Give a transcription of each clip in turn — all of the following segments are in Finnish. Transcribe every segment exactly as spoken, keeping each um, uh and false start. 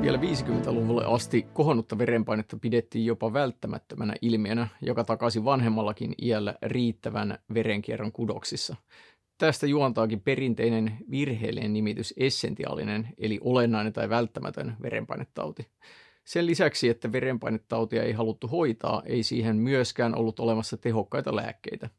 Vielä viisikymmentäluvulle asti kohonnutta verenpainetta pidettiin jopa välttämättömänä ilmiönä, joka takasi vanhemmallakin iällä riittävän verenkierron kudoksissa. Tästä juontaakin perinteinen virheellinen nimitys essentiaalinen, eli olennainen tai välttämätön verenpainetauti. Sen lisäksi, että verenpainetautia ei haluttu hoitaa, ei siihen myöskään ollut olemassa tehokkaita lääkkeitä.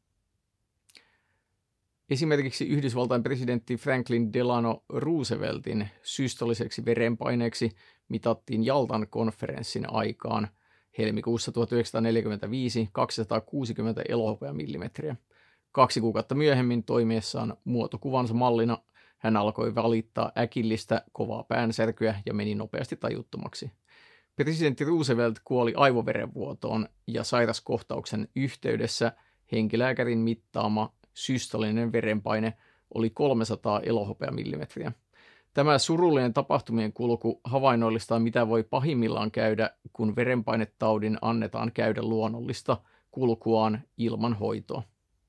Esimerkiksi Yhdysvaltain presidentti Franklin Delano Rooseveltin systoliseksi verenpaineeksi mitattiin Jaltan konferenssin aikaan helmikuussa tuhatyhdeksänsataaneljäkymmentäviisi kaksisataakuusikymmentä elohopeamillimetriä. Kaksi kuukautta myöhemmin toimiessaan muotokuvansa mallina hän alkoi valittaa äkillistä kovaa päänsärkyä ja meni nopeasti tajuttomaksi. Presidentti Roosevelt kuoli aivoverenvuotoon ja sairaskohtauksen yhteydessä henkilääkärin mittaama systolinen verenpaine oli kolmesataa elohopeamillimetriä. Tämä surullinen tapahtumien kulku havainnollistaa, mitä voi pahimmillaan käydä, kun verenpainetaudin annetaan käydä luonnollista kulkuaan ilman hoitoa.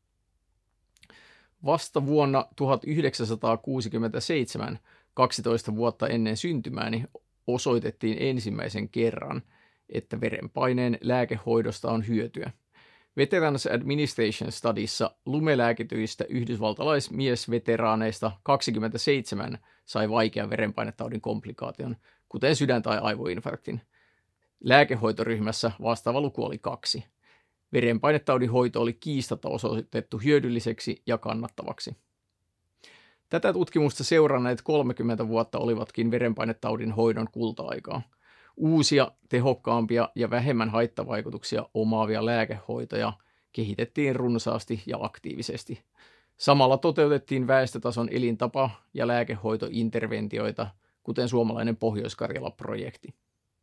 Vasta vuonna tuhatyhdeksänsataakuusikymmentäseitsemän, kaksitoista vuotta ennen syntymääni, osoitettiin ensimmäisen kerran, että verenpaineen lääkehoidosta on hyötyä. Veterans Administration Studiessa lumelääkityistä yhdysvaltalaismiesveteraaneista kaksikymmentäseitsemän sai vaikean verenpainetaudin komplikaation, kuten sydän- tai aivoinfarktin. Lääkehoitoryhmässä vastaava luku oli kaksi. Verenpainetaudin hoito oli kiistatta osoitettu hyödylliseksi ja kannattavaksi. Tätä tutkimusta seuranneet kolmekymmentä vuotta olivatkin verenpainetaudin hoidon kulta-aikaa. Uusia, tehokkaampia ja vähemmän haittavaikutuksia omaavia lääkehoitoja kehitettiin runsaasti ja aktiivisesti. Samalla toteutettiin väestötason elintapa- ja lääkehoitointerventioita, kuten suomalainen Pohjois-Karjala-projekti.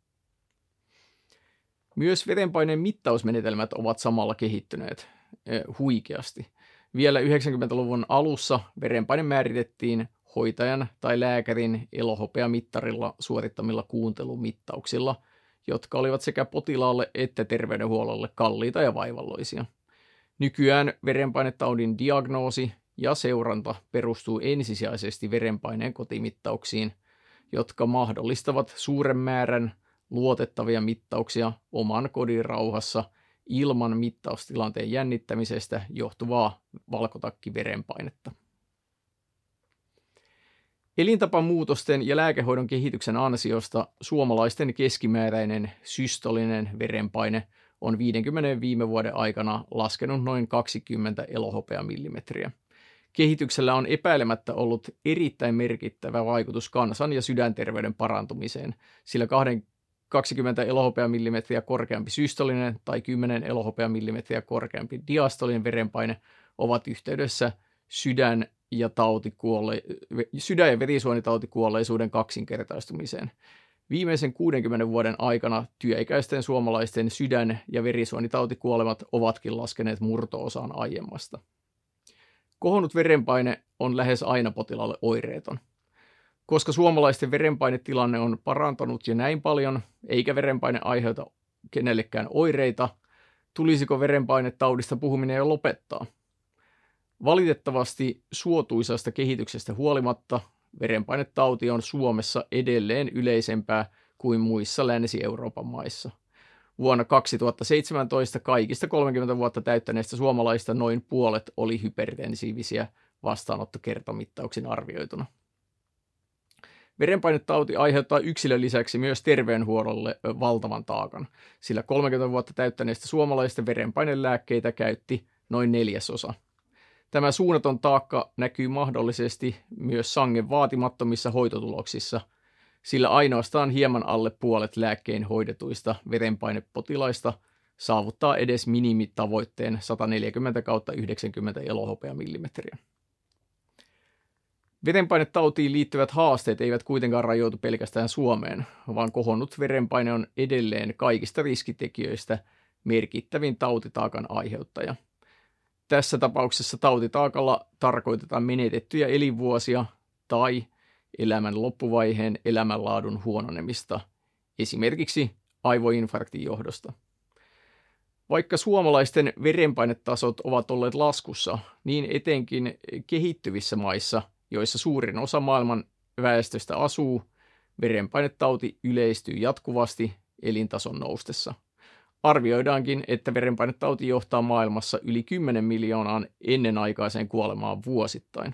Myös verenpaineen mittausmenetelmät ovat samalla kehittyneet eh, huikeasti. Vielä yhdeksänkymmentäluvun alussa verenpaine määritettiin hoitajan tai lääkärin elohopeamittarilla suorittamilla kuuntelumittauksilla, jotka olivat sekä potilaalle että terveydenhuollolle kalliita ja vaivalloisia. Nykyään verenpainetaudin diagnoosi ja seuranta perustuu ensisijaisesti verenpaineen kotimittauksiin, jotka mahdollistavat suuren määrän luotettavia mittauksia oman kodin rauhassa ilman mittaustilanteen jännittämisestä johtuvaa valkotakkiverenpainetta. Elintapamuutosten ja lääkehoidon kehityksen ansiosta suomalaisten keskimääräinen systolinen verenpaine on viidenkymmenen viime vuoden aikana laskenut noin kaksikymmentä elohopeamillimetriä. Kehityksellä on epäilemättä ollut erittäin merkittävä vaikutus kansan- ja sydänterveyden parantumiseen, sillä kaksikymmentä elohopeamillimetriä korkeampi systolinen tai kymmenen elohopeamillimetriä korkeampi diastolinen verenpaine ovat yhteydessä sydän- ja, tautikuolle, sydän- ja verisuonitautikuolleisuuden kaksinkertaistumiseen. Viimeisen kuudenkymmenen vuoden aikana työikäisten suomalaisten sydän- ja verisuonitautikuolemat ovatkin laskeneet murto-osaan aiemmasta. Kohonnut verenpaine on lähes aina potilaalle oireeton. Koska suomalaisten verenpainetilanne on parantanut jo näin paljon, eikä verenpaine aiheuta kenellekään oireita, tulisiko verenpainetaudista puhuminen jo lopettaa? Valitettavasti suotuisasta kehityksestä huolimatta verenpainetauti on Suomessa edelleen yleisempää kuin muissa Länsi-Euroopan maissa. Vuonna kaksituhattaseitsemäntoista kaikista kolmekymmentä vuotta täyttäneistä suomalaista noin puolet oli hypertensiivisiä vastaanottokertamittauksin arvioituna. Verenpainetauti aiheuttaa yksilön lisäksi myös terveydenhuollolle valtavan taakan, sillä kolmekymmentä vuotta täyttäneistä suomalaisten verenpainelääkkeitä käytti noin neljäsosa. Tämä suunnaton taakka näkyy mahdollisesti myös sangen vaatimattomissa hoitotuloksissa, sillä ainoastaan hieman alle puolet lääkkein hoidetuista verenpainepotilaista saavuttaa edes minimitavoitteen sata neljäkymmentä kautta yhdeksänkymmentä elohopeamillimetriä. Verenpainetautiin liittyvät haasteet eivät kuitenkaan rajoitu pelkästään Suomeen, vaan kohonnut verenpaine on edelleen kaikista riskitekijöistä merkittävin tautitaakan aiheuttaja. Tässä tapauksessa tautitaakalla tarkoitetaan menetettyjä elinvuosia tai elämän loppuvaiheen elämänlaadun huononemista, esimerkiksi aivoinfarktin johdosta. Vaikka suomalaisten verenpainetasot ovat olleet laskussa, niin etenkin kehittyvissä maissa, joissa suurin osa maailman väestöstä asuu, verenpainetauti yleistyy jatkuvasti elintason noustessa. Arvioidaankin, että verenpainetauti johtaa maailmassa yli kymmenen miljoonaan ennenaikaiseen kuolemaan vuosittain.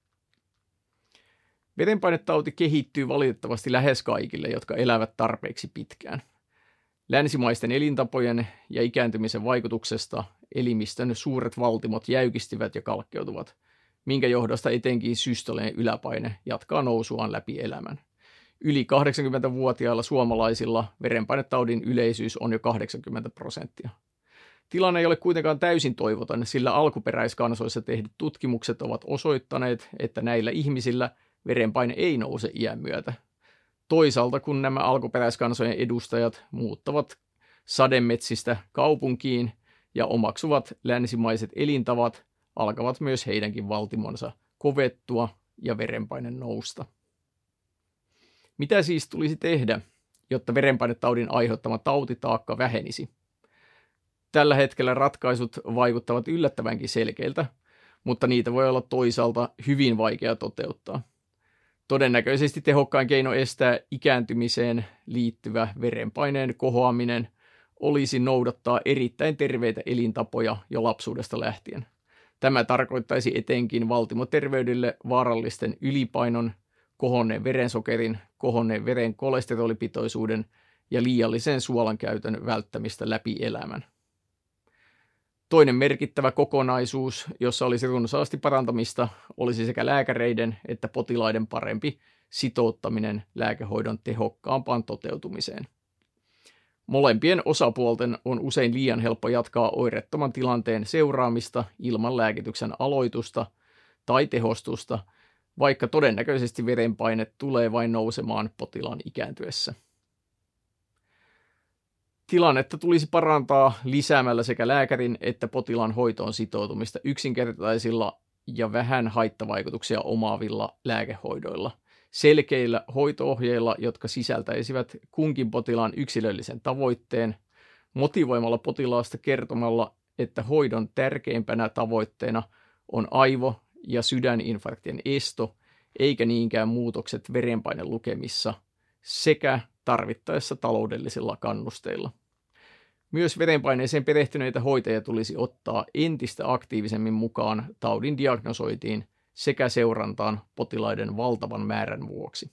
Verenpainetauti kehittyy valitettavasti lähes kaikille, jotka elävät tarpeeksi pitkään. Länsimaisten elintapojen ja ikääntymisen vaikutuksesta elimistön suuret valtimot jäykistivät ja kalkkeutuvat, minkä johdosta etenkin systoleen yläpaine jatkaa nousuaan läpi elämän. Yli kahdeksankymmentävuotiailla suomalaisilla verenpainetaudin yleisyys on jo kahdeksankymmentä prosenttia. Tilanne ei ole kuitenkaan täysin toivoton, sillä alkuperäiskansoissa tehdyt tutkimukset ovat osoittaneet, että näillä ihmisillä verenpaine ei nouse iän myötä. Toisaalta kun nämä alkuperäiskansojen edustajat muuttavat sademetsistä kaupunkiin ja omaksuvat länsimaiset elintavat, alkavat myös heidänkin valtimonsa kovettua ja verenpaine nousta. Mitä siis tulisi tehdä, jotta verenpainetaudin aiheuttama tautitaakka vähenisi? Tällä hetkellä ratkaisut vaikuttavat yllättävänkin selkeiltä, mutta niitä voi olla toisaalta hyvin vaikea toteuttaa. Todennäköisesti tehokkain keino estää ikääntymiseen liittyvä verenpaineen kohoaminen olisi noudattaa erittäin terveitä elintapoja jo lapsuudesta lähtien. Tämä tarkoittaisi etenkin valtimoterveydelle vaarallisten ylipainon, kohonneen verensokerin, kohonneen veren kolesterolipitoisuuden ja liiallisen suolan käytön välttämistä läpi elämän. Toinen merkittävä kokonaisuus, jossa olisi runsaasti parantamista, olisi sekä lääkäreiden että potilaiden parempi sitouttaminen lääkehoidon tehokkaampaan toteutumiseen. Molempien osapuolten on usein liian helppo jatkaa oireettoman tilanteen seuraamista ilman lääkityksen aloitusta tai tehostusta, vaikka todennäköisesti verenpaine tulee vain nousemaan potilaan ikääntyessä. Tilannetta tulisi parantaa lisäämällä sekä lääkärin että potilaan hoitoon sitoutumista yksinkertaisilla ja vähän haittavaikutuksia omaavilla lääkehoidoilla, selkeillä hoito-ohjeilla, jotka sisältäisivät kunkin potilaan yksilöllisen tavoitteen, motivoimalla potilaasta kertomalla, että hoidon tärkeimpänä tavoitteena on aivo- ja sydäninfarktien esto, eikä niinkään muutokset verenpainelukemissa, sekä tarvittaessa taloudellisilla kannusteilla. Myös verenpaineeseen perehtyneitä hoitajia tulisi ottaa entistä aktiivisemmin mukaan taudin diagnosoitiin sekä seurantaan potilaiden valtavan määrän vuoksi.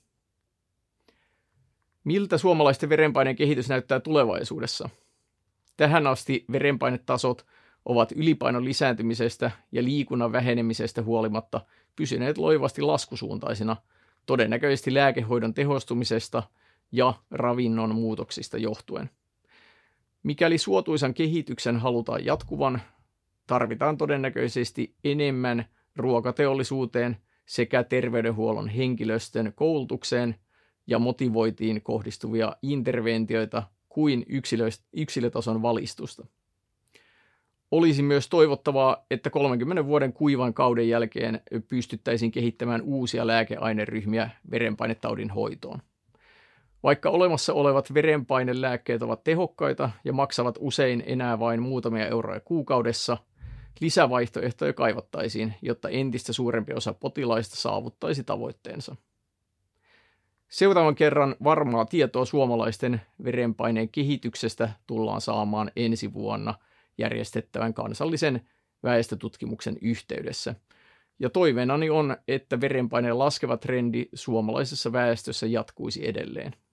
Miltä suomalaisten verenpaineen kehitys näyttää tulevaisuudessa? Tähän asti verenpainetasot ovat ylipainon lisääntymisestä ja liikunnan vähenemisestä huolimatta pysyneet loivasti laskusuuntaisina, todennäköisesti lääkehoidon tehostumisesta ja ravinnon muutoksista johtuen. Mikäli suotuisan kehityksen halutaan jatkuvan, tarvitaan todennäköisesti enemmän ruokateollisuuteen sekä terveydenhuollon henkilöstön koulutukseen ja motivointiin kohdistuvia interventioita kuin yksilötason valistusta. Olisi myös toivottavaa, että kolmenkymmenen vuoden kuivan kauden jälkeen pystyttäisiin kehittämään uusia lääkeaineryhmiä verenpainetaudin hoitoon. Vaikka olemassa olevat verenpainelääkkeet ovat tehokkaita ja maksavat usein enää vain muutamia euroja kuukaudessa, lisävaihtoehtoja kaivattaisiin, jotta entistä suurempi osa potilaista saavuttaisi tavoitteensa. Seuraavan kerran varmaa tietoa suomalaisten verenpaineen kehityksestä tullaan saamaan ensi vuonna järjestettävän kansallisen väestötutkimuksen yhteydessä. Ja toiveenani on, että verenpaineen laskeva trendi suomalaisessa väestössä jatkuisi edelleen.